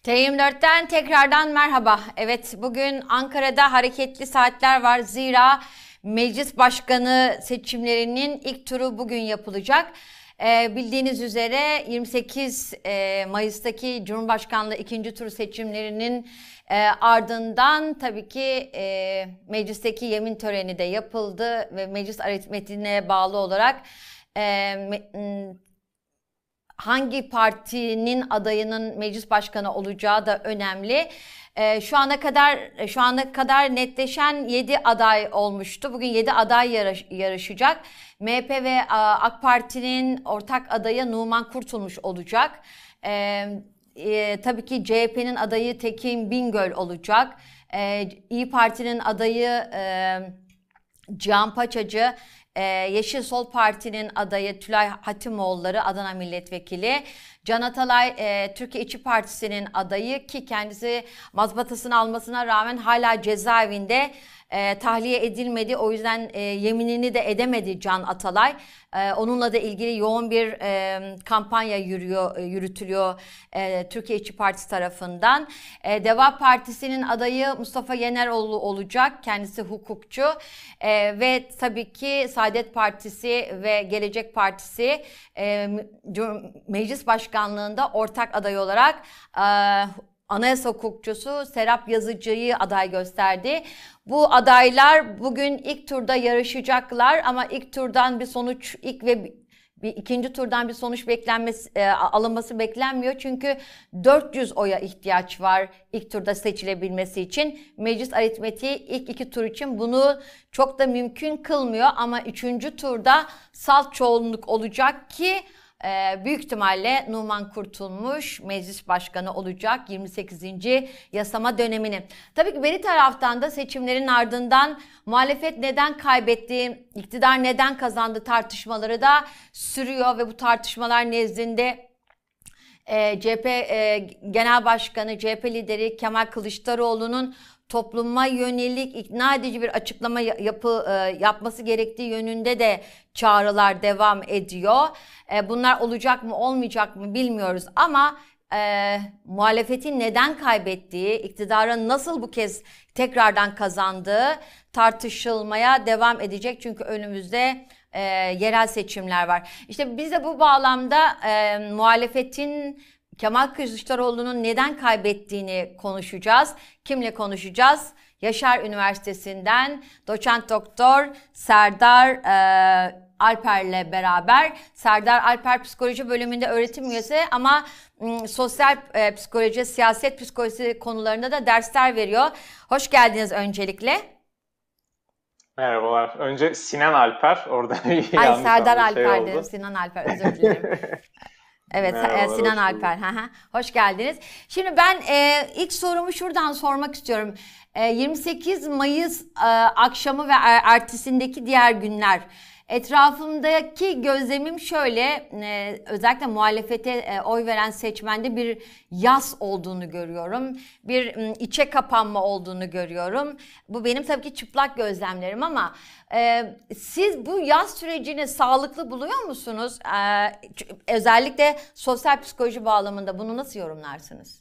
T24'ten tekrardan merhaba. Evet, bugün Ankara'da hareketli saatler var. Zira meclis başkanı seçimlerinin ilk turu bugün yapılacak. Bildiğiniz üzere 28 Mayıs'taki Cumhurbaşkanlığı ikinci tur seçimlerinin ardından tabii ki meclisteki yemin töreni de yapıldı ve meclis aritmetiğine bağlı olarak hangi partinin adayının meclis başkanı olacağı da önemli. Şu ana kadar netleşen 7 aday olmuştu. Bugün 7 aday yarışacak. MHP ve AK Parti'nin ortak adayı Numan Kurtulmuş olacak. Tabii ki CHP'nin adayı Tekin Bingöl olacak. İYİ Parti'nin adayı Cihan Paçacı, Yeşil Sol Parti'nin adayı Tülay Hatimoğulları Adana Milletvekili, Can Atalay Türkiye İşçi Partisi'nin adayı ki kendisi mazbatasını almasına rağmen hala cezaevinde tahliye edilmedi. O yüzden yeminini de edemedi Can Atalay. Onunla da ilgili yoğun bir kampanya yürütülüyor Türkiye İşçi Partisi tarafından. Deva Partisi'nin adayı Mustafa Yeneroğlu olacak. Kendisi hukukçu. Ve tabii ki Saadet Partisi ve Gelecek Partisi meclis başkanlığında ortak aday olarak anayasa hukukçusu Serap Yazıcı'yı aday gösterdi. Bu adaylar bugün ilk turda yarışacaklar ama ilk turdan bir sonuç, ikinci turdan bir sonuç alınması beklenmiyor. Çünkü 400 oya ihtiyaç var ilk turda seçilebilmesi için. Meclis aritmetiği ilk iki tur için bunu çok da mümkün kılmıyor ama üçüncü turda salt çoğunluk olacak ki büyük ihtimalle Numan Kurtulmuş meclis başkanı olacak 28. yasama dönemini. Tabii ki bir taraftan da seçimlerin ardından muhalefet neden kaybetti, iktidar neden kazandı tartışmaları da sürüyor ve bu tartışmalar nezdinde CHP Genel Başkanı, CHP lideri Kemal Kılıçdaroğlu'nun topluma yönelik ikna edici bir açıklama yapması gerektiği yönünde de çağrılar devam ediyor. Bunlar olacak mı olmayacak mı bilmiyoruz ama muhalefetin neden kaybettiği, iktidarın nasıl bu kez tekrardan kazandığı tartışılmaya devam edecek. Çünkü önümüzde yerel seçimler var. İşte biz de bu bağlamda muhalefetin Kemal Kılıçdaroğlu'nun neden kaybettiğini konuşacağız. Kimle konuşacağız? Yaşar Üniversitesi'nden doçent doktor Serdar Alper'le beraber. Serdar Alper psikoloji bölümünde öğretim üyesi ama sosyal psikoloji, siyaset psikolojisi konularında da dersler veriyor. Hoş geldiniz öncelikle. Merhabalar. Önce Sinan Alper. Orada bir Ay yanlış Serdar şey Alper oldu. dedim. Sinan Alper, özür dilerim. Evet, Merhabalar, Sinan hoş Alper. bulduk. Hoş geldiniz. Şimdi ben ilk sorumu şuradan sormak istiyorum. 28 Mayıs akşamı ve ertesindeki diğer günler. Etrafımdaki gözlemim şöyle, özellikle muhalefete oy veren seçmende bir yas olduğunu görüyorum. Bir içe kapanma olduğunu görüyorum. Bu benim tabii ki çıplak gözlemlerim ama siz bu yaz sürecini sağlıklı buluyor musunuz? Özellikle sosyal psikoloji bağlamında bunu nasıl yorumlarsınız?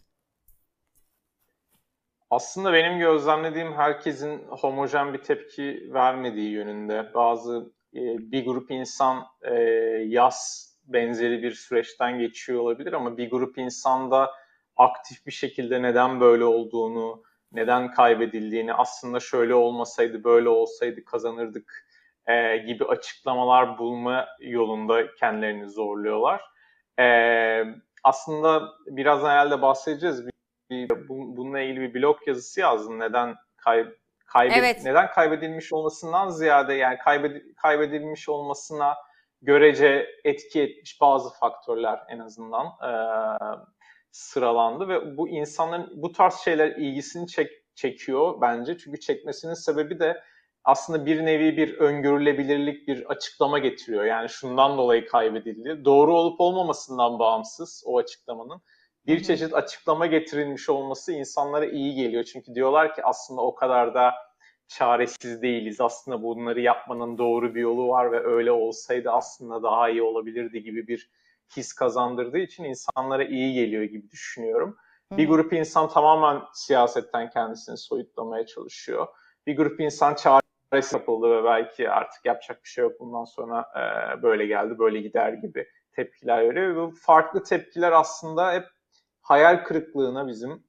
Aslında benim gözlemlediğim herkesin homojen bir tepki vermediği yönünde. Bir grup insan yaz benzeri bir süreçten geçiyor olabilir ama bir grup insan da aktif bir şekilde neden böyle olduğunu, neden kaybedildiğini, aslında şöyle olmasaydı, böyle olsaydı kazanırdık gibi açıklamalar bulma yolunda kendilerini zorluyorlar. E, Aslında birazdan herhalde bahsedeceğiz. Bununla ilgili bir blog yazısı yazdım. Evet. Neden kaybedilmiş olmasından ziyade, yani kaybedilmiş olmasına görece etki etmiş bazı faktörler en azından sıralandı ve bu insanların bu tarz şeyler ilgisini çekiyor bence. Çünkü çekmesinin sebebi de aslında bir nevi bir öngörülebilirlik, bir açıklama getiriyor. Yani şundan dolayı kaybedildi. Doğru olup olmamasından bağımsız o açıklamanın Hı bir hı. çeşit açıklama getirilmiş olması insanlara iyi geliyor. Çünkü diyorlar ki aslında o kadar da çaresiz değiliz. Aslında bunları yapmanın doğru bir yolu var ve öyle olsaydı aslında daha iyi olabilirdi gibi bir his kazandırdığı için insanlara iyi geliyor gibi düşünüyorum. Bir grup insan tamamen siyasetten kendisini soyutlamaya çalışıyor. Bir grup insan çaresiz yapıldı ve belki artık yapacak bir şey yok, bundan sonra böyle geldi, böyle gider gibi tepkiler veriyor. Bu farklı tepkiler aslında hep hayal kırıklığına bizim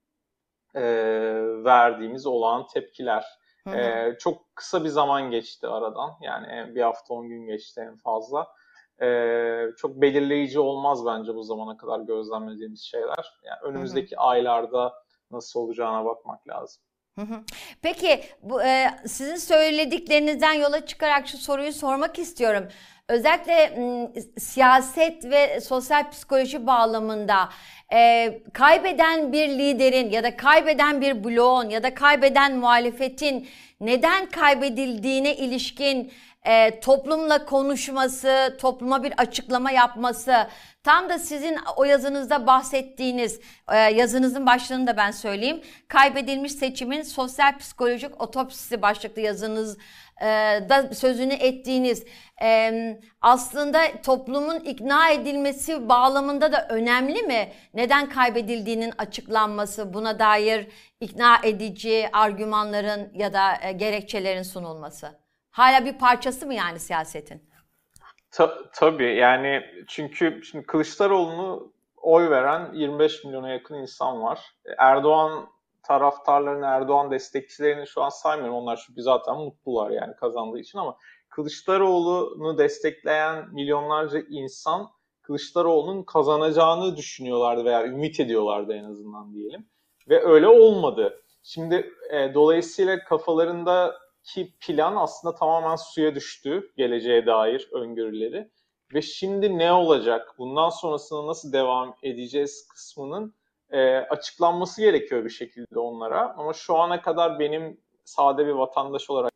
verdiğimiz olağan tepkiler. Çok kısa bir zaman geçti aradan. Yani bir hafta 10 gün geçti en fazla. Çok belirleyici olmaz bence bu zamana kadar gözlemlediğimiz şeyler. Yani önümüzdeki aylarda nasıl olacağına bakmak lazım. Peki sizin söylediklerinizden yola çıkarak şu soruyu sormak istiyorum. Özellikle siyaset ve sosyal psikoloji bağlamında kaybeden bir liderin ya da kaybeden bir bloğun ya da kaybeden muhalefetin neden kaybedildiğine ilişkin toplumla konuşması, topluma bir açıklama yapması, tam da sizin o yazınızda bahsettiğiniz, yazınızın başlığını da ben söyleyeyim. Kaybedilmiş seçimin sosyal psikolojik otopsisi başlıklı yazınız da sözünü ettiğiniz aslında toplumun ikna edilmesi bağlamında da önemli mi? Neden kaybedildiğinin açıklanması, buna dair ikna edici argümanların ya da gerekçelerin sunulması. Hala bir parçası mı yani siyasetin? Tabii, yani çünkü şimdi Kılıçdaroğlu'nu oy veren 25 milyona yakın insan var. Erdoğan taraftarlarını, Erdoğan destekçilerini şu an saymıyorum. Onlar çünkü zaten mutlular yani kazandığı için, ama Kılıçdaroğlu'nu destekleyen milyonlarca insan Kılıçdaroğlu'nun kazanacağını düşünüyorlardı veya ümit ediyorlardı en azından diyelim. Ve öyle olmadı. Şimdi dolayısıyla kafalarındaki plan aslında tamamen suya düştü, geleceğe dair öngörüleri. Ve şimdi ne olacak, bundan sonrasında nasıl devam edeceğiz kısmının açıklanması gerekiyor bir şekilde onlara. Ama şu ana kadar benim sade bir vatandaş olarak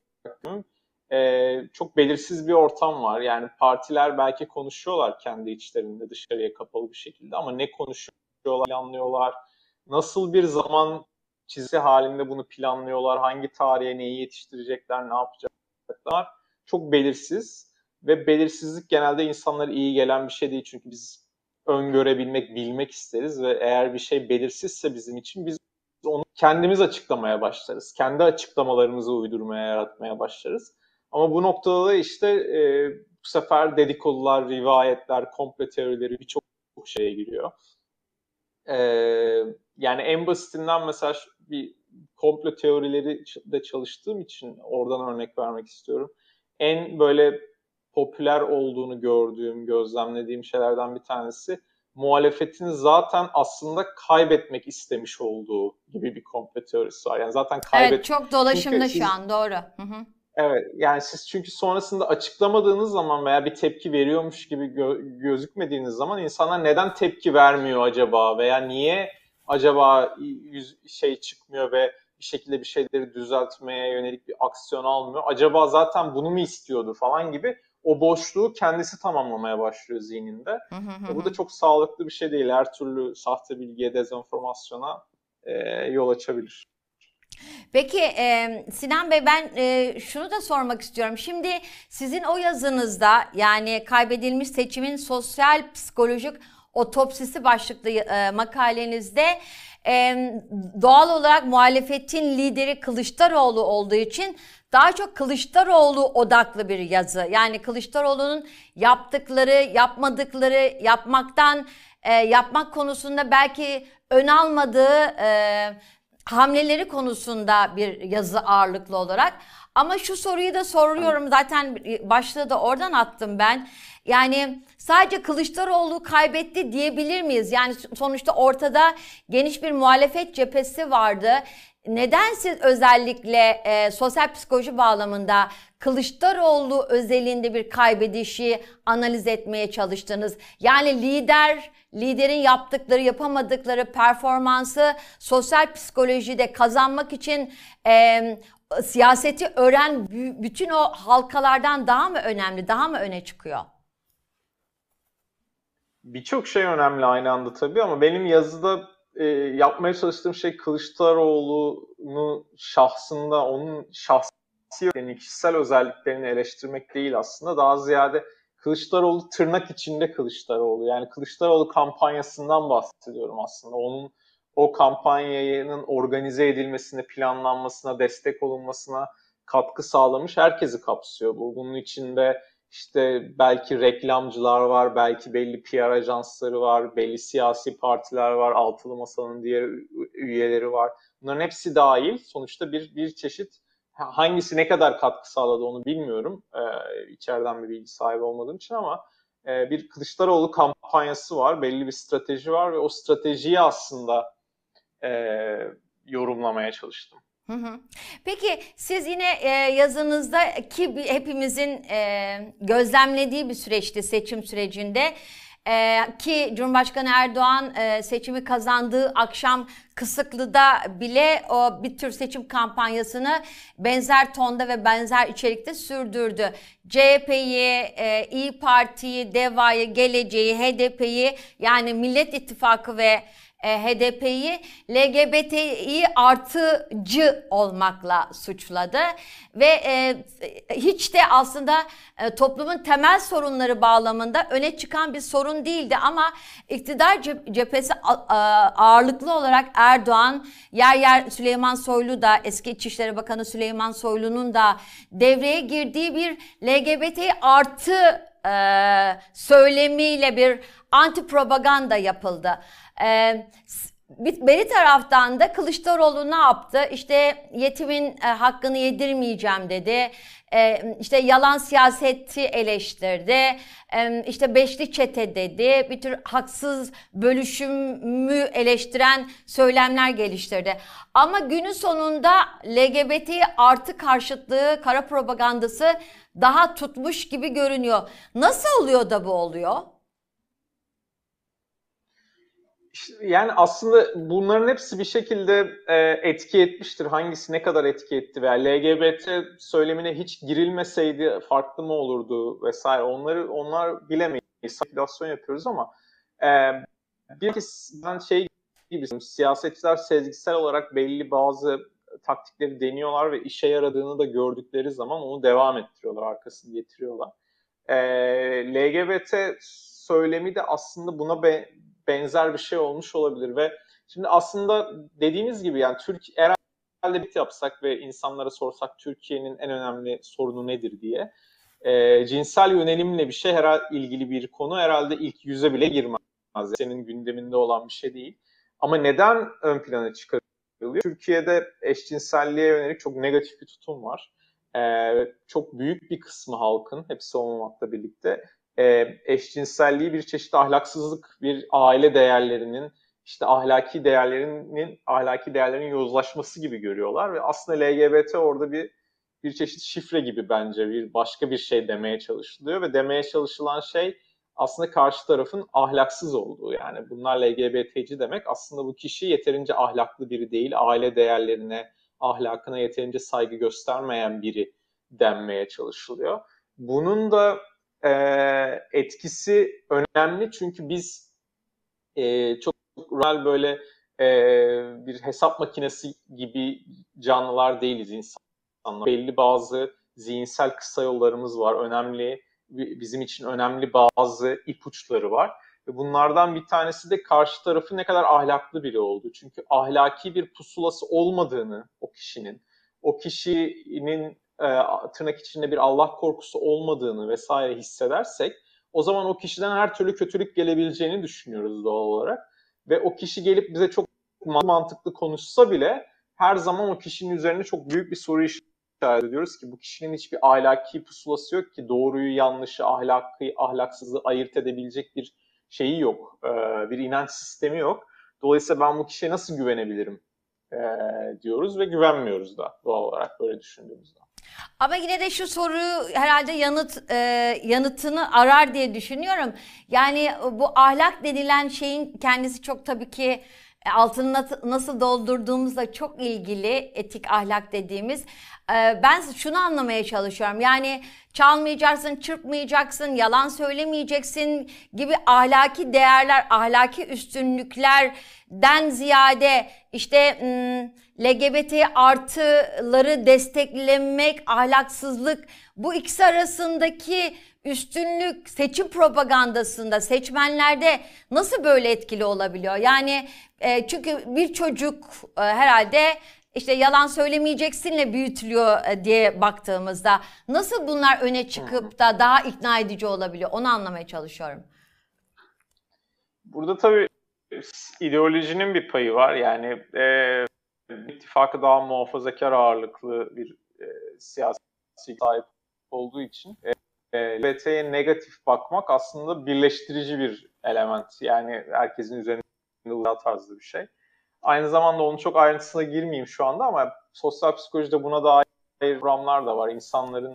çok belirsiz bir ortam var. Yani partiler belki konuşuyorlar kendi içlerinde dışarıya kapalı bir şekilde, ama ne konuşuyorlar, planlıyorlar, nasıl bir zaman çizgi halinde bunu planlıyorlar, hangi tarihe neyi yetiştirecekler, ne yapacaklar, çok belirsiz. Ve belirsizlik genelde insanlara iyi gelen bir şey değil, çünkü biz öngörebilmek, bilmek isteriz ve eğer bir şey belirsizse bizim için biz onu kendimiz açıklamaya başlarız. Kendi açıklamalarımızı uydurmaya, yaratmaya başlarız. Ama bu noktada da işte bu sefer dedikodular, rivayetler, komplo teorileri birçok şeye giriyor. Yani en basitinden mesela bir komplo teorileri de çalıştığım için oradan örnek vermek istiyorum. En böyle popüler olduğunu gördüğüm, gözlemlediğim şeylerden bir tanesi, muhalefetin zaten aslında kaybetmek istemiş olduğu gibi bir komplo teorisi var. Yani zaten Evet, çok dolaşımda Çünkü şu an, doğru. Hı. evet, yani siz çünkü sonrasında açıklamadığınız zaman veya bir tepki veriyormuş gibi gözükmediğiniz zaman insanlar neden tepki vermiyor acaba veya niye acaba çıkmıyor ve bir şekilde bir şeyleri düzeltmeye yönelik bir aksiyon almıyor. Acaba zaten bunu mu istiyordu falan gibi o boşluğu kendisi tamamlamaya başlıyor zihninde. Bu da çok sağlıklı bir şey değil. Her türlü sahte bilgiye, dezenformasyona yol açabilir. Peki Sinan Bey, ben şunu da sormak istiyorum. Şimdi sizin o yazınızda, yani kaybedilmiş seçimin sosyal psikolojik otopsisi başlıklı makalenizde doğal olarak muhalefetin lideri Kılıçdaroğlu olduğu için daha çok Kılıçdaroğlu odaklı bir yazı. Yani Kılıçdaroğlu'nun yaptıkları, yapmadıkları, yapmak konusunda belki ön almadığı hamleleri konusunda bir yazı ağırlıklı olarak. Ama şu soruyu da soruyorum, zaten başlığı da oradan attım ben. Yani sadece Kılıçdaroğlu kaybetti diyebilir miyiz? Yani sonuçta ortada geniş bir muhalefet cephesi vardı. Neden siz özellikle sosyal psikoloji bağlamında Kılıçdaroğlu özelinde bir kaybedişi analiz etmeye çalıştınız? Yani liderin yaptıkları, yapamadıkları performansı sosyal psikolojide kazanmak için siyaseti öğren bütün o halkalardan daha mı önemli, daha mı öne çıkıyor? Birçok şey önemli aynı anda tabii, ama benim yazıda yapmaya çalıştığım şey Kılıçdaroğlu'nun şahsında, onun şahsi kişisel özelliklerini eleştirmek değil aslında. Daha ziyade Kılıçdaroğlu tırnak içinde Kılıçdaroğlu. Yani Kılıçdaroğlu kampanyasından bahsediyorum aslında. Onun o kampanyanın organize edilmesine, planlanmasına, destek olunmasına katkı sağlamış herkesi kapsıyor. Bunun içinde işte belki reklamcılar var, belki belli PR ajansları var, belli siyasi partiler var, altılı masanın diğer üyeleri var. Bunların hepsi dahil. Sonuçta bir çeşit, hangisi ne kadar katkı sağladı onu bilmiyorum. İçeriden bir bilgi sahibi olmadığım için, ama bir Kılıçdaroğlu kampanyası var, belli bir strateji var ve o stratejiyi aslında yorumlamaya çalıştım. Hı hı. Peki siz yine yazınızda, ki hepimizin gözlemlediği bir süreçti seçim sürecinde, ki Cumhurbaşkanı Erdoğan seçimi kazandığı akşam Kısıklı'da bile o bir tür seçim kampanyasını benzer tonda ve benzer içerikte sürdürdü. CHP'yi, İYİ Parti'yi, DEVA'yı, Geleceği, HDP'yi, yani Millet İttifakı ve HDP'yi LGBTİ artıcı olmakla suçladı ve hiç de aslında toplumun temel sorunları bağlamında öne çıkan bir sorun değildi, ama iktidar cephesi ağırlıklı olarak Erdoğan, yer yer Süleyman Soylu da, eski İçişleri Bakanı Süleyman Soylu'nun da devreye girdiği bir LGBTİ artı söylemiyle bir anti propaganda yapıldı. Bir taraftan da Kılıçdaroğlu ne yaptı? İşte yetimin hakkını yedirmeyeceğim dedi. İşte yalan siyaseti eleştirdi. İşte beşli çete dedi. Bir tür haksız bölüşümü eleştiren söylemler geliştirdi. Ama günün sonunda LGBT artı karşıtlığı, kara propagandası daha tutmuş gibi görünüyor. Nasıl oluyor da bu oluyor? Yani aslında bunların hepsi bir şekilde etki etmiştir. Hangisi ne kadar etki etti veya LGBT söylemine hiç girilmeseydi farklı mı olurdu vesaire, onlar bilemeyiz. Spekülasyon yapıyoruz ama bir kez ben şey gibi, siyasetçiler sezgisel olarak belli bazı taktikleri deniyorlar ve işe yaradığını da gördükleri zaman onu devam ettiriyorlar, arkasını getiriyorlar. LGBT söylemi de aslında buna benzer bir şey olmuş olabilir ve şimdi aslında dediğiniz gibi, yani herhalde bir yapsak ve insanlara sorsak Türkiye'nin en önemli sorunu nedir diye, cinsel yönelimle bir şey herhalde ilgili bir konu herhalde ilk 100'e bile girmez. Senin gündeminde olan bir şey değil. Ama neden ön plana çıkarılıyor? Türkiye'de eşcinselliğe yönelik çok negatif bir tutum var. Çok büyük bir kısmı halkın, hepsi olmamakla birlikte, eşcinselliği bir çeşit ahlaksızlık, bir aile değerlerinin, işte ahlaki değerlerin yozlaşması gibi görüyorlar ve aslında LGBT orada bir çeşit şifre gibi, bence bir başka bir şey demeye çalışılıyor ve demeye çalışılan şey aslında karşı tarafın ahlaksız olduğu. Yani bunlar LGBT'ci demek aslında bu kişi yeterince ahlaklı biri değil, aile değerlerine, ahlakına yeterince saygı göstermeyen biri denmeye çalışılıyor. Bunun da etkisi önemli çünkü biz çok real böyle bir hesap makinesi gibi canlılar değiliz insanlar. Belli bazı zihinsel kısa yollarımız var. Bizim için önemli bazı ipuçları var. Ve bunlardan bir tanesi de karşı tarafı ne kadar ahlaklı biri olduğu. Çünkü ahlaki bir pusulası olmadığını o kişinin tırnak içinde bir Allah korkusu olmadığını vesaire hissedersek, o zaman o kişiden her türlü kötülük gelebileceğini düşünüyoruz doğal olarak. Ve o kişi gelip bize çok mantıklı konuşsa bile her zaman o kişinin üzerine çok büyük bir soru işareti ediyoruz ki bu kişinin hiçbir ahlaki pusulası yok ki, doğruyu yanlışı, ahlaksızlığı ayırt edebilecek bir şeyi yok. Bir inanç sistemi yok. Dolayısıyla ben bu kişiye nasıl güvenebilirim diyoruz ve güvenmiyoruz da doğal olarak böyle düşündüğümüzde. Ama yine de şu soruyu herhalde yanıtını arar diye düşünüyorum. Yani bu ahlak denilen şeyin kendisi çok, tabii ki altını nasıl doldurduğumuzla çok ilgili, etik ahlak dediğimiz. Ben şunu anlamaya çalışıyorum. Yani çalmayacaksın, çırpmayacaksın, yalan söylemeyeceksin gibi ahlaki değerler, ahlaki üstünlüklerden ziyade işte LGBT artıları desteklemek, ahlaksızlık, bu ikisi arasındaki üstünlük seçim propagandasında seçmenlerde nasıl böyle etkili olabiliyor? Yani çünkü bir çocuk herhalde işte yalan söylemeyeceksinle büyütülüyor diye baktığımızda nasıl bunlar öne çıkıp da daha ikna edici olabiliyor? Onu anlamaya çalışıyorum. Burada tabii ideolojinin bir payı var. Yani ittifakı daha muhafazakar ağırlıklı bir siyasi sahip olduğu için LGBT'ye negatif bakmak aslında birleştirici bir element. Yani herkesin üzerinde uygulandığı tarzı bir şey. Aynı zamanda onun çok ayrıntısına girmeyeyim şu anda ama sosyal psikolojide buna dair kavramlar da var. İnsanların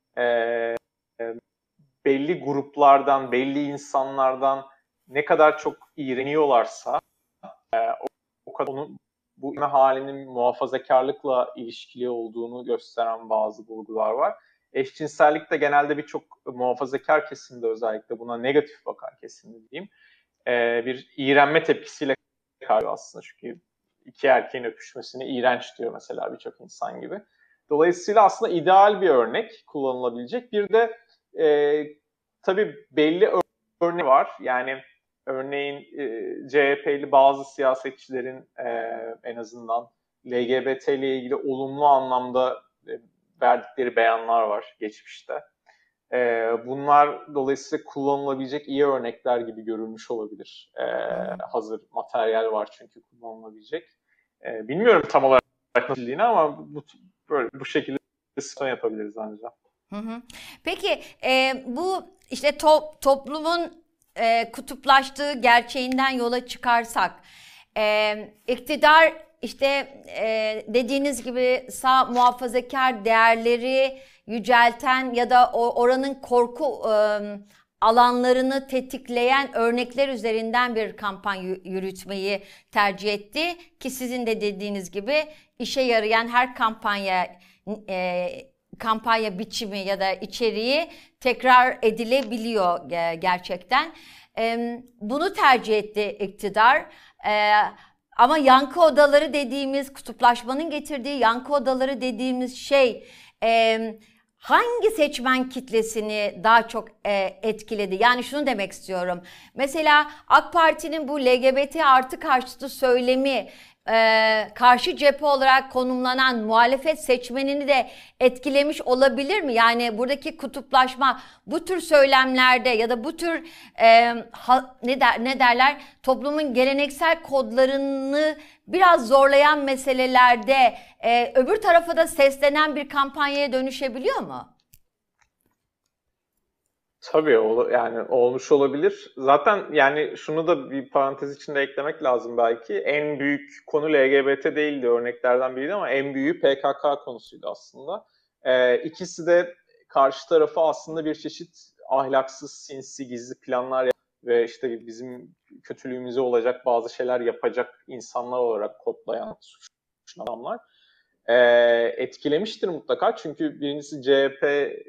belli gruplardan, belli insanlardan ne kadar çok iğreniyorlarsa o kadar onun bu halinin muhafazakarlıkla ilişkili olduğunu gösteren bazı bulgular var. Eşcinsellik de genelde birçok muhafazakar kesimde özellikle buna negatif bakan kesimde diyeyim. Bir iğrenme tepkisiyle karşı aslında çünkü iki erkeğin öpüşmesini iğrenç diyor mesela birçok insan gibi. Dolayısıyla aslında ideal bir örnek kullanılabilecek. Bir de tabii belli örnek var. Yani örneğin CHP'li bazı siyasetçilerin en azından LGBT ile ilgili olumlu anlamda verdikleri beyanlar var geçmişte. Bunlar dolayısıyla kullanılabilecek iyi örnekler gibi görülmüş olabilir. Hazır materyal var çünkü kullanılabilecek. Bilmiyorum tam olarak nasıl ama bu şekilde son yapabiliriz ancak. Peki bu işte toplumun kutuplaştığı gerçeğinden yola çıkarsak iktidar işte dediğiniz gibi sağ muhafazakar değerleri yücelten ya da oranın korku alanlarını tetikleyen örnekler üzerinden bir kampanya yürütmeyi tercih etti ki sizin de dediğiniz gibi işe yarayan her kampanya biçimi ya da içeriği tekrar edilebiliyor gerçekten. Bunu tercih etti iktidar. Ama yankı odaları dediğimiz, kutuplaşmanın getirdiği yankı odaları dediğimiz şey hangi seçmen kitlesini daha çok etkiledi? Yani şunu demek istiyorum. Mesela AK Parti'nin bu LGBT artı karşıtı söylemi karşı cephe olarak konumlanan muhalefet seçmenini de etkilemiş olabilir mi? Yani buradaki kutuplaşma bu tür söylemlerde ya da bu tür ne derler toplumun geleneksel kodlarını biraz zorlayan meselelerde öbür tarafa da seslenen bir kampanyaya dönüşebiliyor mu? Tabii yani olmuş olabilir. Zaten yani şunu da bir parantez içinde eklemek lazım belki. En büyük konu LGBT değildi, örneklerden biriydi ama en büyüğü PKK konusuydu aslında. İkisi de karşı tarafı aslında bir çeşit ahlaksız, sinsi, gizli planlar ve işte bizim kötülüğümüze olacak bazı şeyler yapacak insanlar olarak kodlayan suçlu adamlar. Etkilemiştir mutlaka çünkü birincisi CHP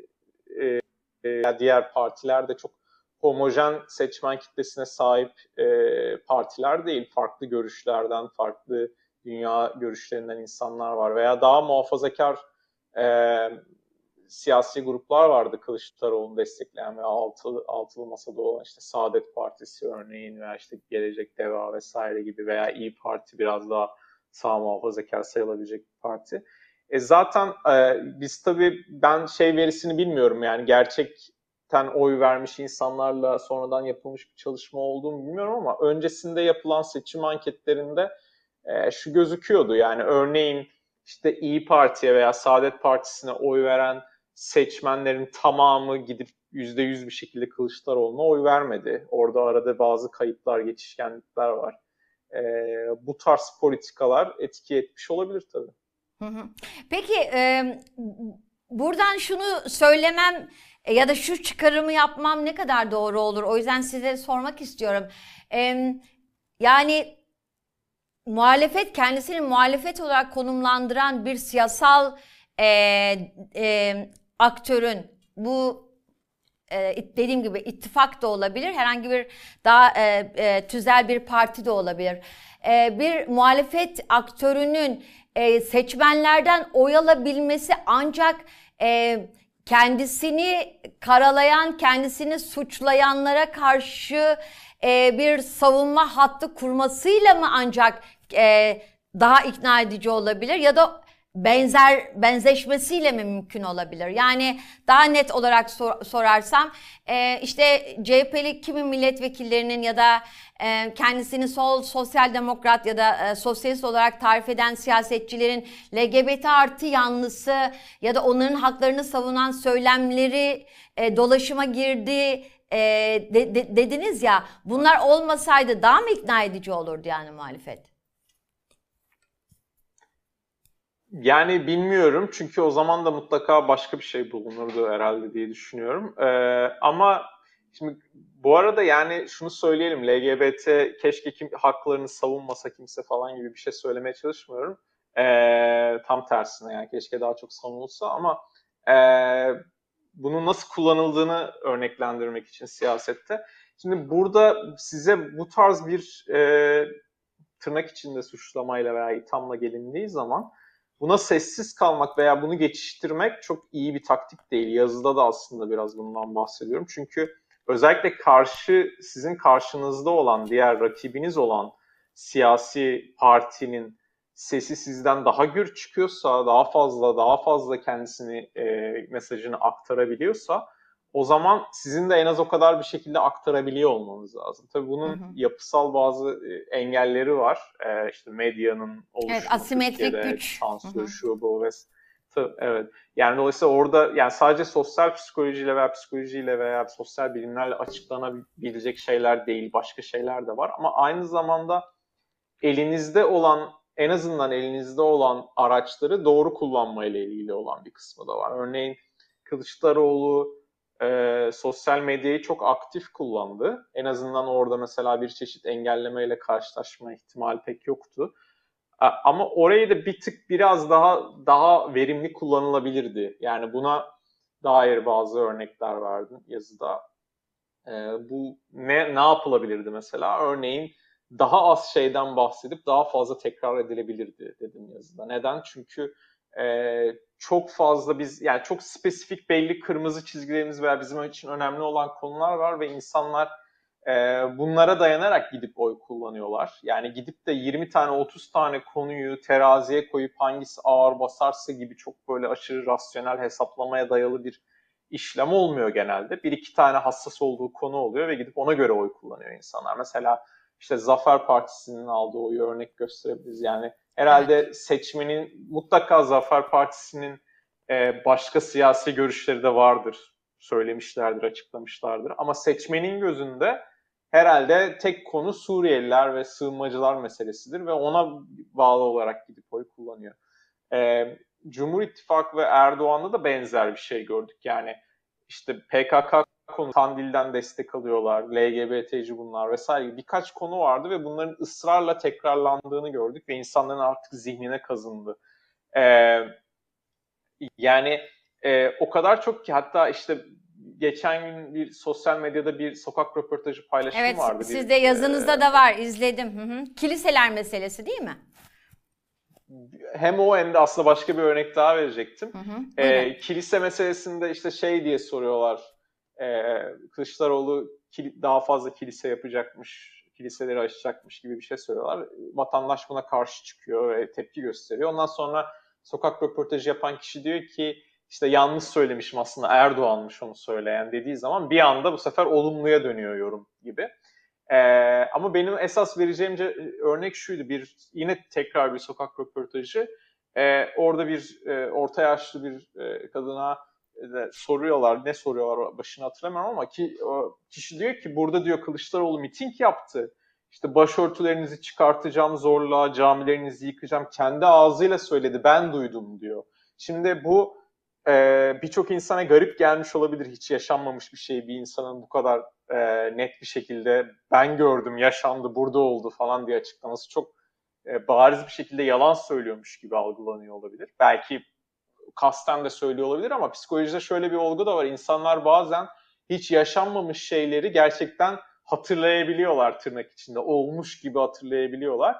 diğer partiler de çok homojen seçmen kitlesine sahip partiler değil. Farklı görüşlerden, farklı dünya görüşlerinden insanlar var. Veya daha muhafazakar siyasi gruplar vardı Kılıçdaroğlu'nu destekleyen ve altılı masada olan işte Saadet Partisi örneğin veya işte Gelecek Deva vesaire gibi veya İYİ Parti biraz daha sağ muhafazakar sayılabilecek bir parti. Zaten biz tabii ben verisini bilmiyorum yani gerçekten oy vermiş insanlarla sonradan yapılmış bir çalışma olduğunu bilmiyorum ama öncesinde yapılan seçim anketlerinde şu gözüküyordu yani örneğin işte İYİ Parti'ye veya Saadet Partisi'ne oy veren seçmenlerin tamamı gidip %100 bir şekilde Kılıçdaroğlu'na oy vermedi. Orada arada bazı kayıplar, geçişkenlikler var. Bu tarz politikalar etki etmiş olabilir tabii. Peki buradan şunu söylemem ya da şu çıkarımı yapmam ne kadar doğru olur? O yüzden size sormak istiyorum. Yani muhalefet kendisini muhalefet olarak konumlandıran bir siyasal aktörün bu dediğim gibi ittifak da olabilir, herhangi bir daha tüzel bir parti de olabilir. Bir muhalefet aktörünün seçmenlerden oy alabilmesi ancak kendisini karalayan, kendisini suçlayanlara karşı bir savunma hattı kurmasıyla mı ancak daha ikna edici olabilir, ya da benzeşmesiyle mi mümkün olabilir? Yani daha net olarak sorarsam, işte CHP'li kimi milletvekillerinin ya da kendisini sosyal demokrat ya da sosyalist olarak tarif eden siyasetçilerin LGBT artı yanlısı ya da onların haklarını savunan söylemleri dolaşıma girdi dediniz ya, bunlar olmasaydı daha mı ikna edici olurdu yani muhalefet? Yani bilmiyorum, çünkü o zaman da mutlaka başka bir şey bulunurdu herhalde diye düşünüyorum. Ama şimdi bu arada yani şunu söyleyelim, LGBT keşke haklarını savunmasa kimse falan gibi bir şey söylemeye çalışmıyorum. Tam tersine, yani keşke daha çok savunulsa, ama bunun nasıl kullanıldığını örneklendirmek için siyasette. Şimdi burada size bu tarz bir tırnak içinde suçlamayla veya ithamla gelindiği zaman buna sessiz kalmak veya bunu geçiştirmek çok iyi bir taktik değil. Yazıda da aslında biraz bundan bahsediyorum. Çünkü özellikle sizin karşınızda olan, diğer rakibiniz olan siyasi partinin sesi sizden daha gür çıkıyorsa, daha fazla kendisini, mesajını aktarabiliyorsa, o zaman sizin de en az o kadar bir şekilde aktarabiliyor olmanız lazım. Tabii bunun yapısal bazı engelleri var. İşte medyanın oluşumu, Evet, asimetrik Türkiye'de güç. sansür, şu bu ve evet. Yani dolayısıyla orada yani sadece sosyal psikolojiyle veya sosyal bilimlerle açıklanabilecek şeyler değil, başka şeyler de var. Ama aynı zamanda en azından elinizde olan araçları doğru kullanmayla ilgili olan bir kısmı da var. Örneğin Kılıçdaroğlu sosyal medyayı çok aktif kullandı. En azından orada mesela bir çeşit engellemeyle karşılaşma ihtimali pek yoktu. Ama orayı da bir tık biraz daha verimli kullanılabilirdi. Yani buna dair bazı örnekler verdim yazıda. Bu ne yapılabilirdi mesela? Örneğin daha az şeyden bahsedip daha fazla tekrar edilebilirdi dedim yazıda. Neden? Çünkü çok fazla yani çok spesifik belli kırmızı çizgilerimiz veya bizim için önemli olan konular var ve insanlar bunlara dayanarak gidip oy kullanıyorlar. Yani gidip de 20 tane 30 tane konuyu teraziye koyup hangisi ağır basarsa gibi çok böyle aşırı rasyonel hesaplamaya dayalı bir işlem olmuyor genelde. Bir iki tane hassas olduğu konu oluyor ve gidip ona göre oy kullanıyor insanlar. Mesela işte Zafer Partisi'nin aldığı oyu örnek gösterebiliriz. Yani herhalde seçmenin mutlaka Zafer Partisi'nin başka siyasi görüşleri de vardır. Söylemişlerdir, açıklamışlardır. Ama seçmenin gözünde herhalde tek konu Suriyeliler ve sığınmacılar meselesidir ve ona bağlı olarak gidip oy kullanıyor. Cumhur İttifakı ve Erdoğan'da da benzer bir şey gördük. Yani işte PKK konu, Kandil'den destek alıyorlar, LGBT'ci bunlar vesaire, birkaç konu vardı ve bunların ısrarla tekrarlandığını gördük ve insanların artık zihnine kazındı. Yani o kadar çok ki, hatta işte geçen gün bir sosyal medyada bir sokak röportajı paylaşımı vardı. Evet, sizde yazınızda da var, izledim. Kiliseler meselesi değil mi? Hem o hem de aslında başka bir örnek daha verecektim. Kilise meselesinde işte şey diye soruyorlar. Kılıçdaroğlu daha fazla kilise yapacakmış, kiliseleri açacakmış gibi bir şey söylüyorlar. Vatandaş buna karşı çıkıyor ve tepki gösteriyor. Ondan sonra sokak röportajı yapan kişi diyor ki işte yanlış söylemişim, aslında Erdoğan'mış onu söyleyen dediği zaman bir anda bu sefer olumluya dönüyor yorum gibi. Ama benim esas vereceğim örnek şuydu. Yine tekrar bir sokak röportajı. Orada bir orta yaşlı bir kadına soruyorlar. Ne soruyorlar başını hatırlamıyorum ama kişi diyor ki burada diyor Kılıçdaroğlu miting yaptı. İşte başörtülerinizi çıkartacağım zorla, camilerinizi yıkacağım. Kendi ağzıyla söyledi, ben duydum diyor. Şimdi bu birçok insana garip gelmiş olabilir. Hiç yaşanmamış bir şey bir insanın bu kadar net bir şekilde ben gördüm, yaşandı, burada oldu falan diye açıklaması çok bariz bir şekilde yalan söylüyormuş gibi algılanıyor olabilir. Belki kasten de söylüyor olabilir ama psikolojide şöyle bir olgu da var. İnsanlar bazen hiç yaşanmamış şeyleri gerçekten hatırlayabiliyorlar, tırnak içinde. Olmuş gibi hatırlayabiliyorlar.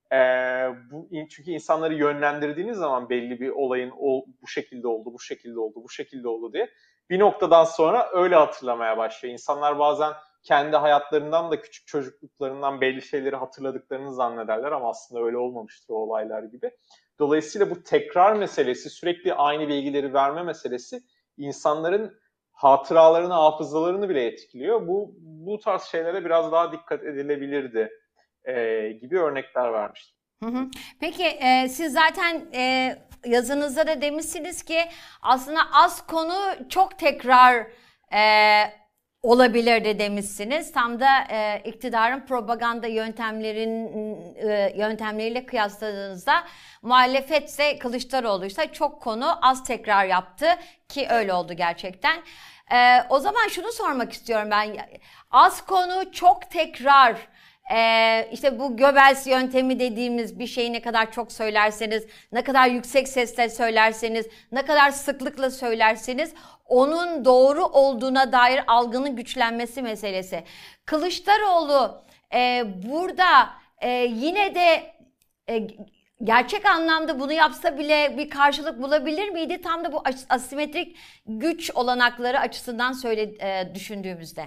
Çünkü insanları yönlendirdiğiniz zaman belli bir olayın bu şekilde oldu, bu şekilde oldu, bu şekilde oldu diye bir noktadan sonra öyle hatırlamaya başlıyor. İnsanlar bazen kendi hayatlarından da küçük çocukluklarından belli şeyleri hatırladıklarını zannederler ama aslında öyle olmamıştır o olaylar gibi. Dolayısıyla bu tekrar meselesi, sürekli aynı bilgileri verme meselesi insanların hatıralarını, hafızalarını bile etkiliyor. Bu tarz şeylere biraz daha dikkat edilebilirdi gibi örnekler vermiştim. Hı hı. Peki siz zaten yazınızda da demişsiniz ki aslında az konu çok tekrar e, olabilirdi demişsiniz. Tam da iktidarın propaganda yöntemleriyle kıyasladığınızda muhalefetse Kılıçdaroğlu'ysa çok konu az tekrar yaptı ki öyle oldu gerçekten. O zaman şunu sormak istiyorum ben. Az konu çok tekrar. İşte bu Göbels yöntemi dediğimiz bir şeyi ne kadar çok söylerseniz, ne kadar yüksek sesle söylerseniz, ne kadar sıklıkla söylerseniz onun doğru olduğuna dair algının güçlenmesi meselesi. Kılıçdaroğlu burada yine de gerçek anlamda bunu yapsa bile bir karşılık bulabilir miydi? Tam da bu asimetrik güç olanakları açısından düşündüğümüzde.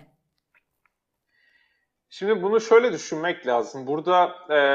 Şimdi bunu şöyle düşünmek lazım. Burada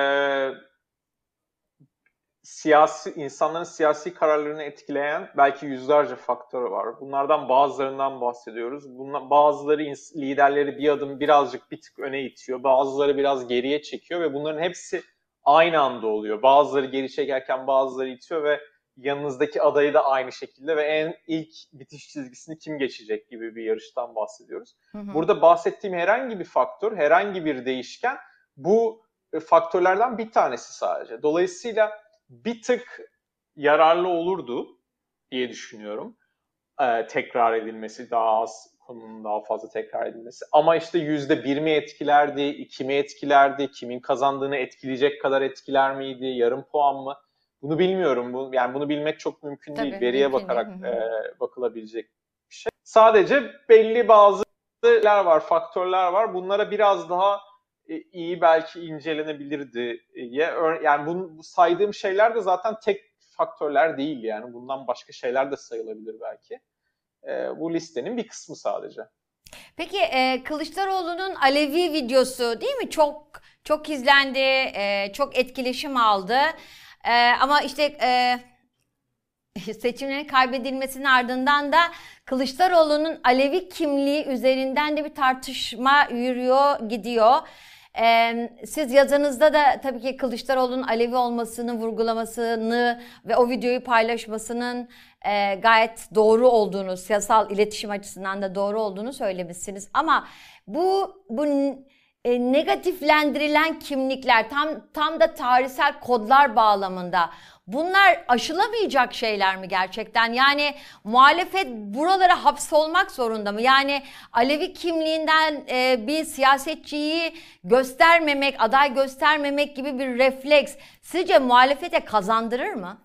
insanların siyasi kararlarını etkileyen belki yüzlerce faktör var. Bunlardan bazılarından bahsediyoruz. Bazıları liderleri bir adım birazcık bir tık öne itiyor. Bazıları biraz geriye çekiyor ve bunların hepsi aynı anda oluyor. Bazıları geri çekerken bazıları itiyor ve yanınızdaki adayı da aynı şekilde ve en ilk bitiş çizgisini kim geçecek gibi bir yarıştan bahsediyoruz. Hı hı. Burada bahsettiğim herhangi bir faktör, herhangi bir değişken bu faktörlerden bir tanesi sadece. Dolayısıyla bir tık yararlı olurdu diye düşünüyorum. Tekrar edilmesi, daha az konunun daha fazla tekrar edilmesi. Ama işte %1 mi etkilerdi, 2 mi etkilerdi, kimin kazandığını etkileyecek kadar etkiler miydi, yarım puan mı? Bunu bilmiyorum. Yani bunu bilmek çok mümkün Tabii, değil. Veriye mümkün bakarak değil. Bakılabilecek bir şey. Sadece belli bazı şeyler var, faktörler var. Bunlara biraz daha iyi belki incelenebilirdi. Yani bu saydığım şeyler de zaten tek faktörler değil yani. Bundan başka şeyler de sayılabilir belki. Bu listenin bir kısmı sadece. Peki Kılıçdaroğlu'nun Alevi videosu değil mi? Çok izlendi, çok etkileşim aldı. Ama işte seçimlerin kaybedilmesinin ardından da Kılıçdaroğlu'nun Alevi kimliği üzerinden de bir tartışma yürüyor, gidiyor. Siz yazınızda da tabii ki Kılıçdaroğlu'nun Alevi olmasını vurgulamasını ve o videoyu paylaşmasının gayet doğru olduğunu, siyasal iletişim açısından da doğru olduğunu söylemişsiniz. Ama bu negatiflendirilen kimlikler tam da tarihsel kodlar bağlamında bunlar aşılamayacak şeyler mi gerçekten? Yani muhalefet buralara hapsolmak zorunda mı? Yani Alevi kimliğinden bir siyasetçiyi göstermemek, aday göstermemek gibi bir refleks sizce muhalefete kazandırır mı?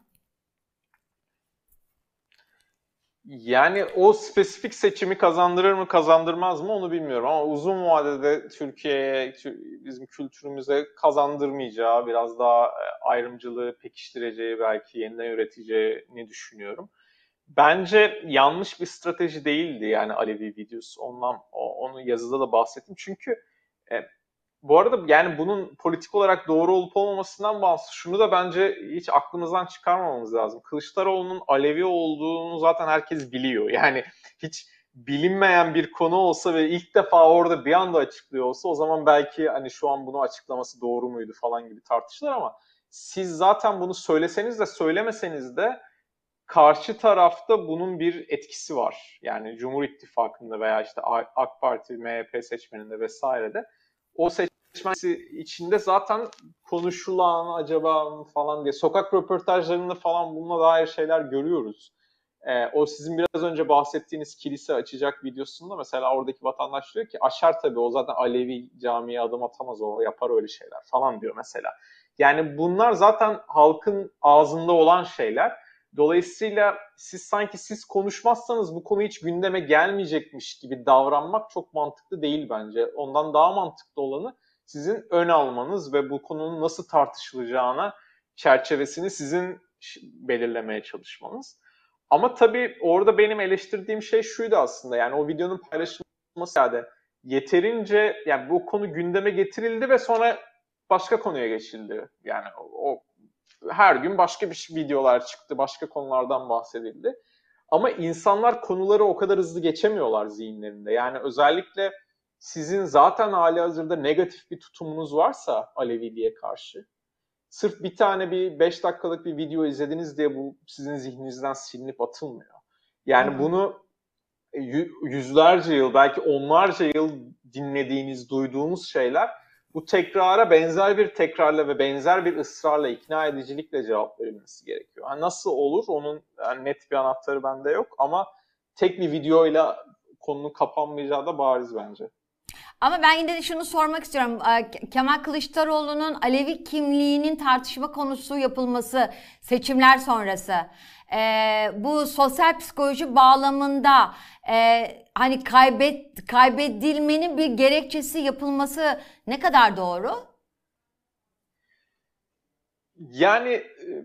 Yani o spesifik seçimi kazandırır mı kazandırmaz mı onu bilmiyorum ama uzun vadede Türkiye'ye, bizim kültürümüze kazandırmayacağı, biraz daha ayrımcılığı pekiştireceği, belki yeniden üreteceğini düşünüyorum. Bence yanlış bir strateji değildi yani Alevi videosu. Onu yazıda da bahsettim. Çünkü bu arada yani bunun politik olarak doğru olup olmamasından bağımsız şunu da bence hiç aklımızdan çıkarmamamız lazım. Kılıçdaroğlu'nun Alevi olduğunu zaten herkes biliyor. Yani hiç bilinmeyen bir konu olsa ve ilk defa orada bir anda açıklıyor olsa o zaman belki hani şu an bunu açıklaması doğru muydu falan gibi tartışılır ama siz zaten bunu söyleseniz de söylemeseniz de karşı tarafta bunun bir etkisi var. Yani Cumhur İttifakı'nda veya işte AK Parti, MHP seçmeninde vesairede o seçmen içinde zaten konuşulan acaba falan diye sokak röportajlarında falan bununla dair şeyler görüyoruz. O sizin biraz önce bahsettiğiniz kilise açacak videosunda mesela oradaki vatandaş diyor ki aşar tabii o zaten Alevi camiye adım atamaz o yapar öyle şeyler falan diyor mesela. Yani bunlar zaten halkın ağzında olan şeyler. Dolayısıyla siz konuşmazsanız bu konu hiç gündeme gelmeyecekmiş gibi davranmak çok mantıklı değil bence. Ondan daha mantıklı olanı sizin ön almanız ve bu konunun nasıl tartışılacağına çerçevesini sizin belirlemeye çalışmanız. Ama tabii orada benim eleştirdiğim şey şuydu aslında, yani o videonun paylaşılması yani yeterince, yani bu konu gündeme getirildi ve sonra başka konuya geçildi. Yani o her gün başka bir videolar çıktı, başka konulardan bahsedildi. Ama insanlar konuları o kadar hızlı geçemiyorlar zihinlerinde. Yani özellikle sizin zaten halihazırda negatif bir tutumunuz varsa Aleviliğe karşı, sırf bir tane bir 5 dakikalık bir video izlediniz diye bu sizin zihninizden silinip atılmıyor. Yani bunu yüzlerce yıl, belki onlarca yıl dinlediğiniz, duyduğunuz şeyler bu tekrara benzer bir tekrarla ve benzer bir ısrarla, ikna edicilikle cevap verilmesi gerekiyor. Yani nasıl olur? Onun yani net bir anahtarı bende yok ama tek bir videoyla konunun kapanmayacağı da bariz bence. Ama ben yine de şunu sormak istiyorum. Kemal Kılıçdaroğlu'nun Alevi kimliğinin tartışma konusu yapılması seçimler sonrası. Bu sosyal psikoloji bağlamında hani kaybedilmenin bir gerekçesi yapılması ne kadar doğru? Yani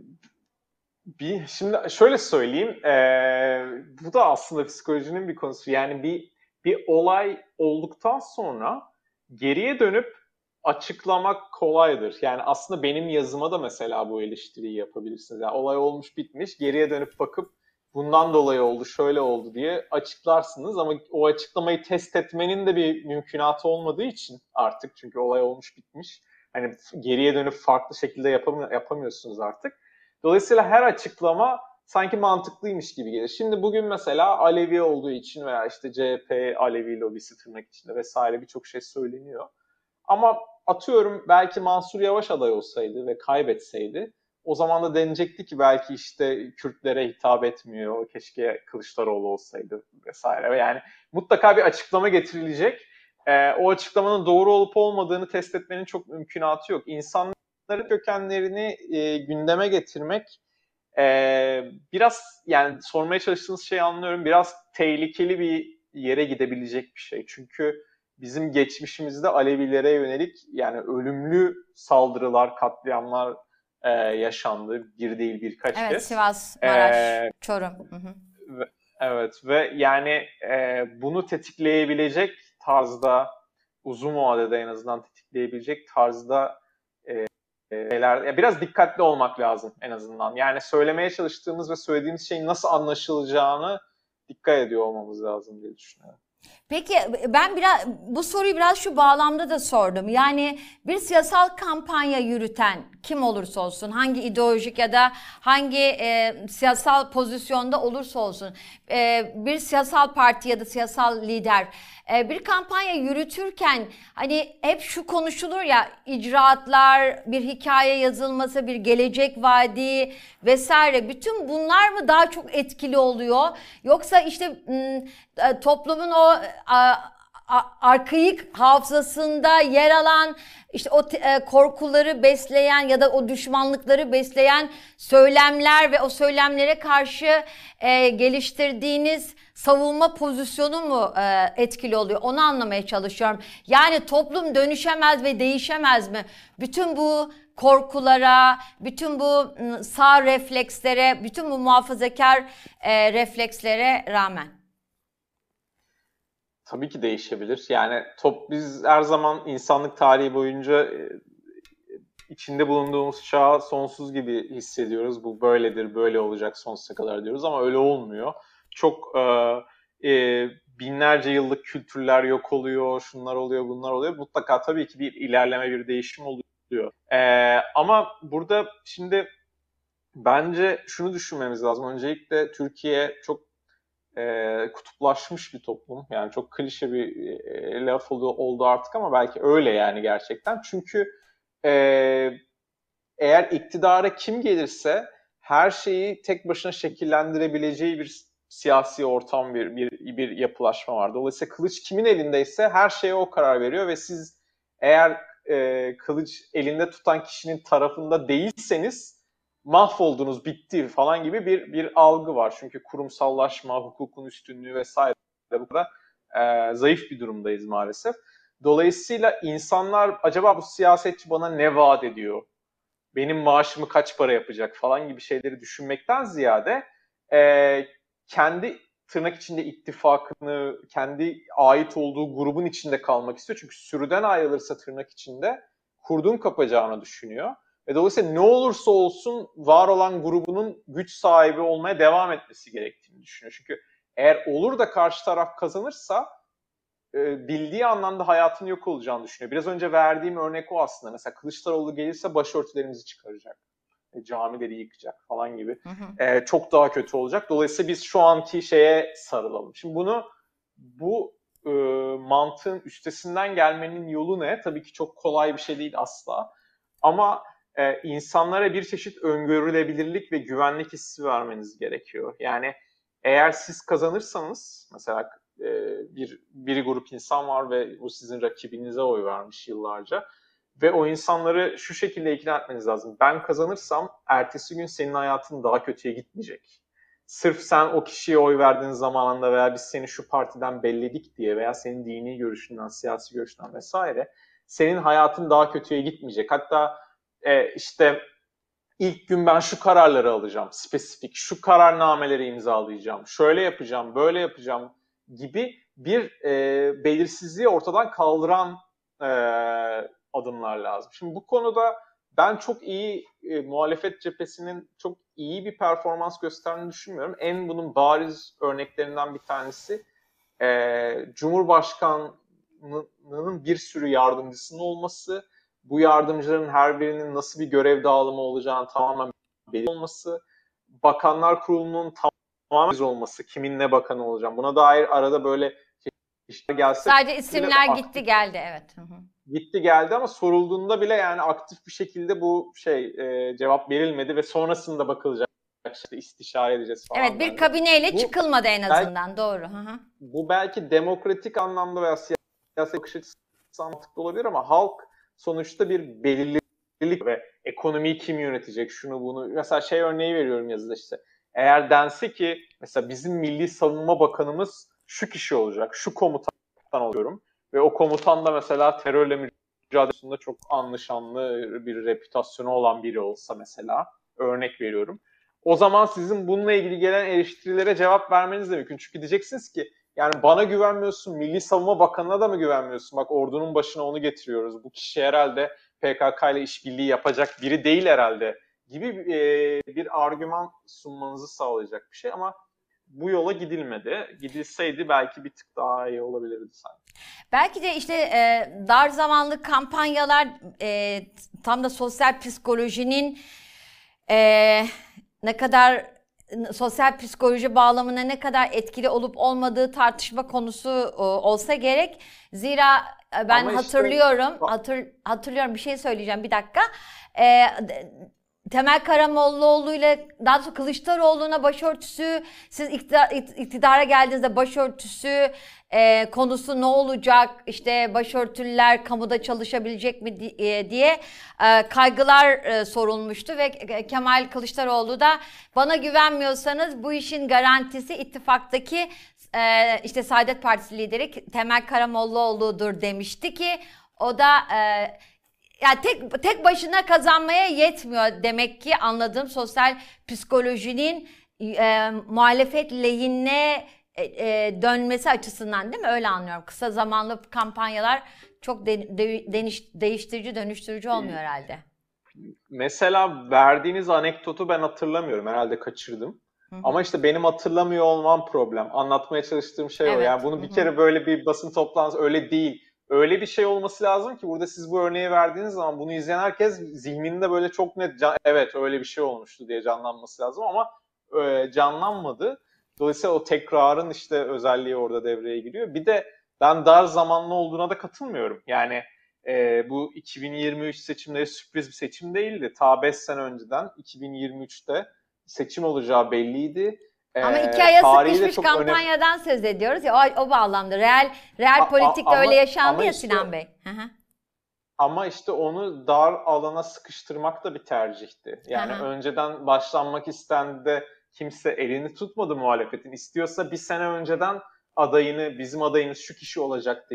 şimdi şöyle söyleyeyim, bu da aslında psikolojinin bir konusu. Yani bir olay olduktan sonra geriye dönüp açıklamak kolaydır. Yani aslında benim yazıma da mesela bu eleştiriyi yapabilirsiniz. Yani olay olmuş bitmiş, geriye dönüp bakıp bundan dolayı oldu, şöyle oldu diye açıklarsınız. Ama o açıklamayı test etmenin de bir mümkünatı olmadığı için artık, çünkü olay olmuş bitmiş. Hani geriye dönüp farklı şekilde yapamıyorsunuz artık. Dolayısıyla her açıklama sanki mantıklıymış gibi gelir. Şimdi bugün mesela Alevi olduğu için veya işte CHP, Alevi lobisi tırnak içinde vesaire birçok şey söyleniyor. Ama atıyorum belki Mansur Yavaş aday olsaydı ve kaybetseydi, o zaman da denecekti ki belki işte Kürtlere hitap etmiyor, keşke Kılıçdaroğlu olsaydı vesaire. Yani mutlaka bir açıklama getirilecek. O açıklamanın doğru olup olmadığını test etmenin çok mümkünatı yok. İnsanların kökenlerini gündeme getirmek biraz, yani sormaya çalıştığınız şeyi anlıyorum, biraz tehlikeli bir yere gidebilecek bir şey. Çünkü bizim geçmişimizde Alevilere yönelik yani ölümlü saldırılar, katliamlar yaşandı. Bir değil birkaç kez. Evet, Sivas, Maraş, Çorum. Hı hı. Evet ve yani bunu tetikleyebilecek tarzda, uzun vadede en azından tetikleyebilecek tarzda şeyler, biraz dikkatli olmak lazım en azından. Yani söylemeye çalıştığımız ve söylediğimiz şeyin nasıl anlaşılacağını dikkat ediyor olmamız lazım diye düşünüyorum. Peki ben bu soruyu biraz şu bağlamda da sordum. Yani bir siyasal kampanya yürüten kim olursa olsun, hangi ideolojik ya da hangi siyasal pozisyonda olursa olsun, bir siyasal parti ya da siyasal lider bir kampanya yürütürken hani hep şu konuşulur ya, icraatlar, bir hikaye yazılması, bir gelecek vaadi vesaire, bütün bunlar mı daha çok etkili oluyor? Yoksa işte toplumun o arkaik hafızasında yer alan işte o korkuları besleyen ya da o düşmanlıkları besleyen söylemler ve o söylemlere karşı geliştirdiğiniz savunma pozisyonu mu etkili oluyor? Onu anlamaya çalışıyorum. Yani toplum dönüşemez ve değişemez mi? Bütün bu korkulara, bütün bu sağ reflekslere, bütün bu muhafazakar reflekslere rağmen. Tabii ki değişebilir. Yani biz her zaman insanlık tarihi boyunca içinde bulunduğumuz çağı sonsuz gibi hissediyoruz. Bu böyledir, böyle olacak sonsuza kadar diyoruz ama öyle olmuyor. Çok binlerce yıllık kültürler yok oluyor, şunlar oluyor, bunlar oluyor. Mutlaka tabii ki bir ilerleme, bir değişim oluyor. Ama burada şimdi bence şunu düşünmemiz lazım. Öncelikle Türkiye çok kutuplaşmış bir toplum. Yani çok klişe bir laf oldu artık ama belki öyle yani gerçekten. Çünkü eğer iktidara kim gelirse her şeyi tek başına şekillendirebileceği bir siyasi ortam, bir yapılaşma var. Dolayısıyla kılıç kimin elindeyse her şeye o karar veriyor ve siz eğer kılıç elinde tutan kişinin tarafında değilseniz mahvoldunuz, bitti falan gibi bir algı var. Çünkü kurumsallaşma, hukukun üstünlüğü vesaire bu da zayıf bir durumdayız maalesef. Dolayısıyla insanlar acaba bu siyasetçi bana ne vaat ediyor? Benim maaşımı kaç para yapacak falan gibi şeyleri düşünmekten ziyade kendi tırnak içinde ittifakını, kendi ait olduğu grubun içinde kalmak istiyor. Çünkü sürüden ayrılırsa tırnak içinde kurdun kapacağını düşünüyor. Ve dolayısıyla ne olursa olsun var olan grubunun güç sahibi olmaya devam etmesi gerektiğini düşünüyor. Çünkü eğer olur da karşı taraf kazanırsa bildiği anlamda hayatın yok olacağını düşünüyor. Biraz önce verdiğim örnek o aslında. Mesela Kılıçdaroğlu gelirse başörtülerimizi çıkaracak. Camileri yıkacak falan gibi. Çok daha kötü olacak. Dolayısıyla biz şu anki şeye sarılalım. Şimdi bu mantığın üstesinden gelmenin yolu ne? Tabii ki çok kolay bir şey değil asla. Ama insanlara bir çeşit öngörülebilirlik ve güvenlik hissi vermeniz gerekiyor. Yani eğer siz kazanırsanız, mesela bir grup insan var ve bu sizin rakibinize oy vermiş yıllarca ve o insanları şu şekilde ikna etmeniz lazım. Ben kazanırsam ertesi gün senin hayatın daha kötüye gitmeyecek. Sırf sen o kişiye oy verdiğin zamanında veya biz seni şu partiden belledik diye veya senin dini görüşünden, siyasi görüşünden vesaire senin hayatın daha kötüye gitmeyecek. Hatta işte ilk gün ben şu kararları alacağım, spesifik, şu kararnameleri imzalayacağım, şöyle yapacağım, böyle yapacağım gibi bir belirsizliği ortadan kaldıran adımlar lazım. Şimdi bu konuda ben çok iyi muhalefet cephesinin çok iyi bir performans gösterdiğini düşünmüyorum. En bunun bariz örneklerinden bir tanesi Cumhurbaşkanı'nın bir sürü yardımcısının olması, bu yardımcıların her birinin nasıl bir görev dağılımı olacağını tamamen belli olması, Bakanlar Kurulu'nun tamamen olması, kimin ne bakanı olacağım. Buna dair arada böyle işler gelse Sadece isimler gitti geldi, evet. Gitti geldi ama sorulduğunda bile yani aktif bir şekilde bu cevap verilmedi ve sonrasında bakılacak, işte istişare edeceğiz falan. Evet, bir kabineyle çıkılmadı en azından, doğru. Bu belki demokratik anlamda veya siyasi bakış açısı mantıklı olabilir ama halk sonuçta bir belirlilik ve ekonomiyi kim yönetecek, şunu bunu. Mesela örneği veriyorum yazıda işte. Eğer dense ki mesela bizim Milli Savunma Bakanımız şu kişi olacak, şu komutan oluyorum ve o komutan da mesela terörle mücadelesinde çok anlaşanlı bir reputasyonu olan biri olsa mesela, örnek veriyorum. O zaman sizin bununla ilgili gelen eleştirilere cevap vermeniz de mümkün. Çünkü diyeceksiniz ki yani bana güvenmiyorsun, Milli Savunma Bakanı'na da mı güvenmiyorsun? Bak ordunun başına onu getiriyoruz. Bu kişi herhalde PKK ile işbirliği yapacak biri değil herhalde gibi bir argüman sunmanızı sağlayacak bir şey ama bu yola gidilmedi. Gidilseydi belki bir tık daha iyi olabilirdi sanki. Belki de işte dar zamanlı kampanyalar tam da sosyal psikolojinin ne kadar sosyal psikoloji bağlamına ne kadar etkili olup olmadığı tartışma konusu olsa gerek. Zira ben hatırlıyorum bir şey söyleyeceğim bir dakika. Temel Karamollaoğlu ile daha doğrusu Kılıçdaroğlu'na başörtüsü, siz iktidara geldiğinizde başörtüsü konusu ne olacak, işte başörtülüler kamuda çalışabilecek mi diye kaygılar sorulmuştu ve Kemal Kılıçdaroğlu da bana güvenmiyorsanız bu işin garantisi ittifaktaki işte Saadet Partisi lideri Temel Karamollaoğlu'dur demişti ki o da yani tek başına kazanmaya yetmiyor demek ki, anladığım sosyal psikolojinin muhalefet lehine dönmesi açısından, değil mi? Öyle anlıyorum. Kısa zamanlı kampanyalar çok değiştirici, dönüştürücü olmuyor herhalde. Mesela verdiğiniz anekdotu ben hatırlamıyorum. Herhalde kaçırdım. Ama işte benim hatırlamıyor olmam problem. Anlatmaya çalıştığım şey o. Yani bunu bir kere böyle bir basın toplantısı öyle değil. Öyle bir şey olması lazım ki burada siz bu örneği verdiğiniz zaman bunu izleyen herkes zihninde böyle çok net evet öyle bir şey olmuştu diye canlanması lazım ama canlanmadı. Dolayısıyla o tekrarın işte özelliği orada devreye giriyor. Bir de ben dar zamanlı olduğuna da katılmıyorum. Yani bu 2023 seçimleri sürpriz bir seçim değildi. Ta 5 sene önceden 2023'te seçim olacağı belliydi. Ama 2 aya sıkışmış kampanyadan söz ediyoruz ya, o bağlamda. Real politikte öyle yaşandı ya işte, Sinan Bey. Ama işte onu dar alana sıkıştırmak da bir tercihti. Yani önceden başlanmak istendi de kimse elini tutmadı muhalefetin. İstiyorsa bir sene önceden bizim adayımız şu kişi olacak deyip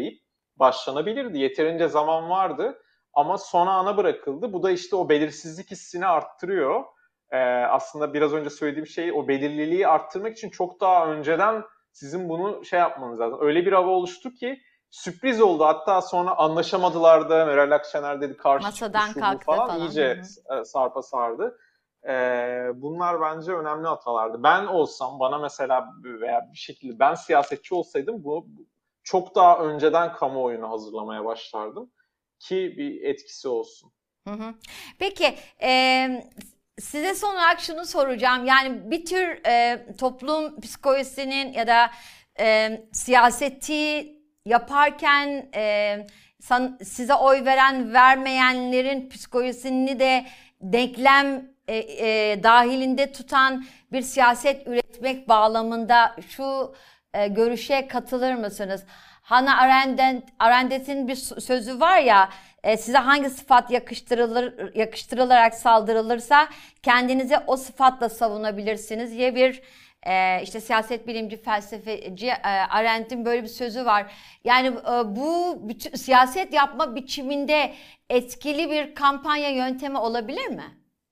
başlanabilirdi. Yeterince zaman vardı ama sona ana bırakıldı. Bu da işte o belirsizlik hissini arttırıyor. Aslında biraz önce söylediğim şey, o belirliliği arttırmak için çok daha önceden sizin bunu yapmanız lazım. Öyle bir hava oluştu ki sürpriz oldu. Hatta sonra anlaşamadılar da, Meral Akşener dedi karşı Masadan çıktı, şu bu kalktı falan. falan. İyice sarpa sardı. Bunlar bence önemli hatalardı. Ben olsam, bana mesela veya bir şekilde ben siyasetçi olsaydım bu çok daha önceden kamuoyunu hazırlamaya başlardım ki bir etkisi olsun. Peki size son olarak şunu soracağım. Yani bir tür toplum psikolojisinin ya da siyaseti yaparken size oy veren vermeyenlerin psikolojisini de denklem dahilinde tutan bir siyaset üretmek bağlamında şu görüşe katılır mısınız? Hannah Arendt'in bir sözü var ya, size hangi sıfat yakıştırılarak saldırılırsa kendinizi o sıfatla savunabilirsiniz diye bir işte siyaset bilimci, felsefeci Arendt'in böyle bir sözü var. Yani bu bütün siyaset yapma biçiminde etkili bir kampanya yöntemi olabilir mi?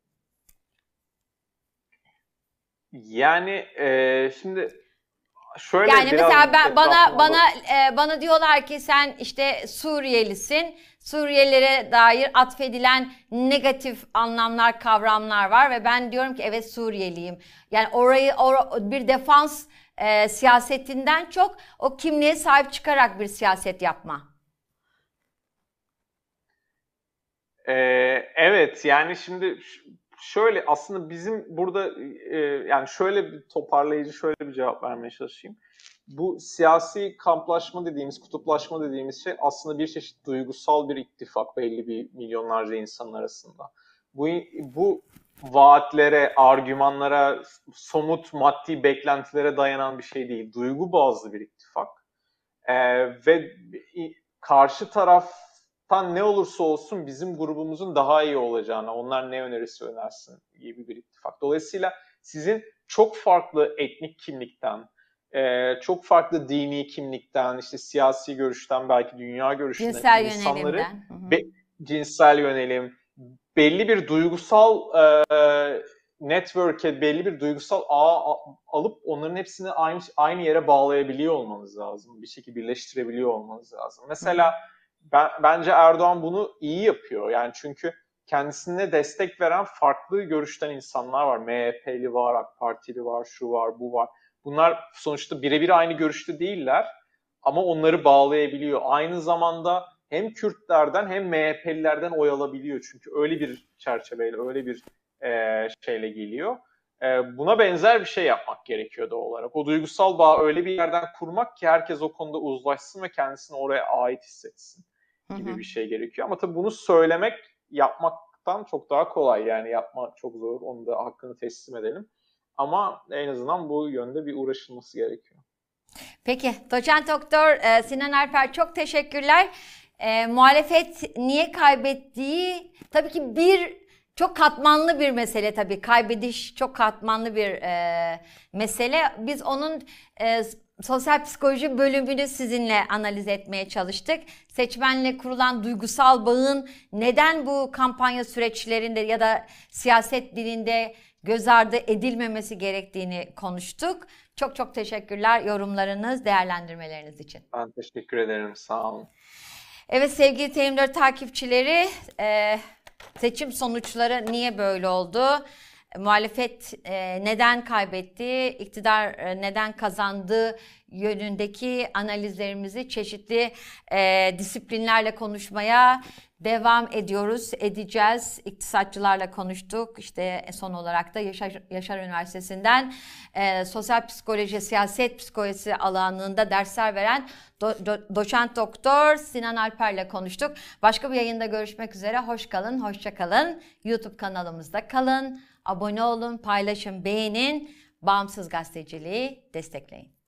Yani şimdi şöyle Yani biraz mesela bana diyorlar ki sen işte Suriyelisin. Suriyelilere dair atfedilen negatif anlamlar, kavramlar var ve ben diyorum ki evet Suriyeliyim. Yani bir defans siyasetinden çok o kimliğe sahip çıkarak bir siyaset yapma. Evet, yani şimdi şöyle, aslında bizim burada yani şöyle bir toparlayıcı, şöyle bir cevap vermeye çalışayım. Bu siyasi kamplaşma dediğimiz, kutuplaşma dediğimiz şey aslında bir çeşit duygusal bir ittifak belli bir milyonlarca insanın arasında. Bu vaatlere, argümanlara, somut maddi beklentilere dayanan bir şey değil. Duygu bazlı bir ittifak. Ve karşı taraftan ne olursa olsun bizim grubumuzun daha iyi olacağına, onlar ne önerirse önersin gibi bir ittifak. Dolayısıyla sizin çok farklı etnik kimlikten, çok farklı dini kimlikten, işte siyasi görüşten, belki dünya görüşünden Cinsel insanları, yönelimden. cinsel yönelim, belli bir duygusal network'e, belli bir duygusal ağ alıp onların hepsini aynı yere bağlayabiliyor olmanız lazım. Bir şekilde birleştirebiliyor olmanız lazım. Mesela bence Erdoğan bunu iyi yapıyor. Yani çünkü kendisine destek veren farklı görüşten insanlar var. MHP'li var, AK Partili var, şu var, bu var. Bunlar sonuçta birebir aynı görüşte değiller ama onları bağlayabiliyor. Aynı zamanda hem Kürtlerden hem MHP'lilerden oy alabiliyor. Çünkü öyle bir çerçeveyle, öyle bir şeyle geliyor. Buna benzer bir şey yapmak gerekiyor doğal olarak. O duygusal bağı öyle bir yerden kurmak ki herkes o konuda uzlaşsın ve kendisini oraya ait hissetsin gibi bir şey gerekiyor. Ama tabii bunu söylemek yapmaktan çok daha kolay. Yani yapmak çok zor. Onu da hakkını teslim edelim. Ama en azından bu yönde bir uğraşılması gerekiyor. Peki, Doçent Doktor Sinan Alper çok teşekkürler. Muhalefet niye kaybettiği tabii ki çok katmanlı bir mesele tabii. Kaybediş çok katmanlı bir mesele. Biz onun sosyal psikoloji bölümünü sizinle analiz etmeye çalıştık. Seçmenle kurulan duygusal bağın neden bu kampanya süreçlerinde ya da siyaset dilinde göz ardı edilmemesi gerektiğini konuştuk. Çok çok teşekkürler yorumlarınız, değerlendirmeleriniz için. Ben teşekkür ederim. Sağ olun. Evet sevgili T24 takipçileri, seçim sonuçları niye böyle oldu? Muhalefet neden kaybetti? İktidar neden kazandı? Yönündeki analizlerimizi çeşitli disiplinlerle konuşmaya devam edeceğiz. İktisatçılarla konuştuk. İşte son olarak da Yaşar Üniversitesi'nden sosyal psikoloji, siyaset psikolojisi alanında dersler veren doçent doktor Sinan Alper'le konuştuk. Başka bir yayında görüşmek üzere. Hoş kalın, hoşça kalın. YouTube kanalımızda kalın. Abone olun, paylaşın, beğenin. Bağımsız gazeteciliği destekleyin.